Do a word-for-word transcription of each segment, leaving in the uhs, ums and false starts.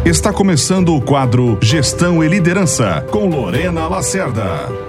Está começando o quadro Gestão e Liderança, com Lorena Lacerda.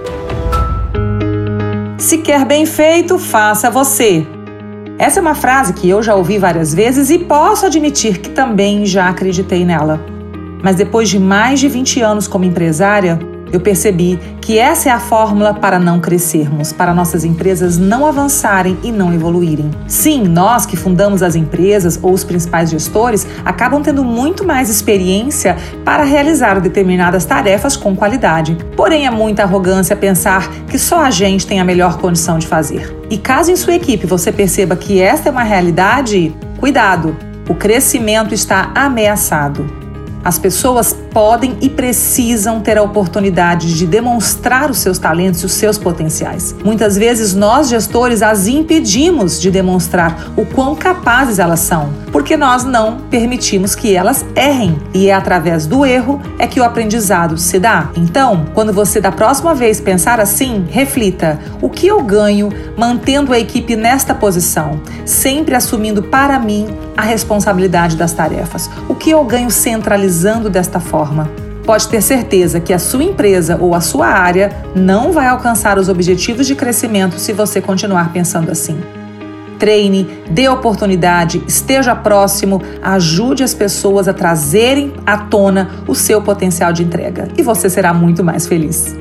Se quer bem feito, faça você. Essa é uma frase que eu já ouvi várias vezes e posso admitir que também já acreditei nela. Mas depois de mais de vinte anos como empresária, eu percebi que essa é a fórmula para não crescermos, para nossas empresas não avançarem e não evoluírem. Sim, nós que fundamos as empresas ou os principais gestores acabam tendo muito mais experiência para realizar determinadas tarefas com qualidade. Porém, é muita arrogância pensar que só a gente tem a melhor condição de fazer. E caso em sua equipe você perceba que esta é uma realidade, cuidado, o crescimento está ameaçado. As pessoas podem e precisam ter a oportunidade de demonstrar os seus talentos e os seus potenciais. Muitas vezes nós, gestores, as impedimos de demonstrar o quão capazes elas são, porque nós não permitimos que elas errem. E é através do erro é que o aprendizado se dá. Então, quando você da próxima vez pensar assim, reflita: o que eu ganho mantendo a equipe nesta posição, sempre assumindo para mim a responsabilidade das tarefas? O que eu ganho centralizando desta forma? Pode ter certeza que a sua empresa ou a sua área não vai alcançar os objetivos de crescimento se você continuar pensando assim. Treine, dê oportunidade, esteja próximo, ajude as pessoas a trazerem à tona o seu potencial de entrega e você será muito mais feliz.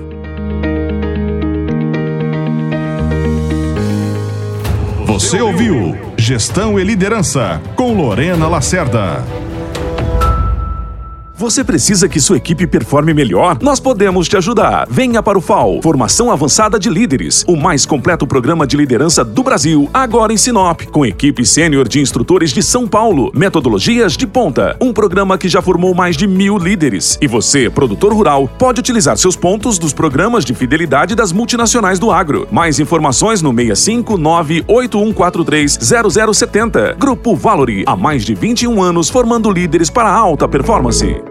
Você ouviu Gestão e Liderança, com Lorena Lacerda. Você precisa que sua equipe performe melhor? Nós podemos te ajudar. Venha para o F A O, Formação Avançada de Líderes, o mais completo programa de liderança do Brasil, agora em Sinop, com equipe sênior de instrutores de São Paulo, metodologias de ponta, um programa que já formou mais de mil líderes. E você, produtor rural, pode utilizar seus pontos dos programas de fidelidade das multinacionais do agro. Mais informações no seis cinco nove oito um quatro três zero zero sete zero. Grupo Valori, há mais de vinte e um anos formando líderes para a alta performance.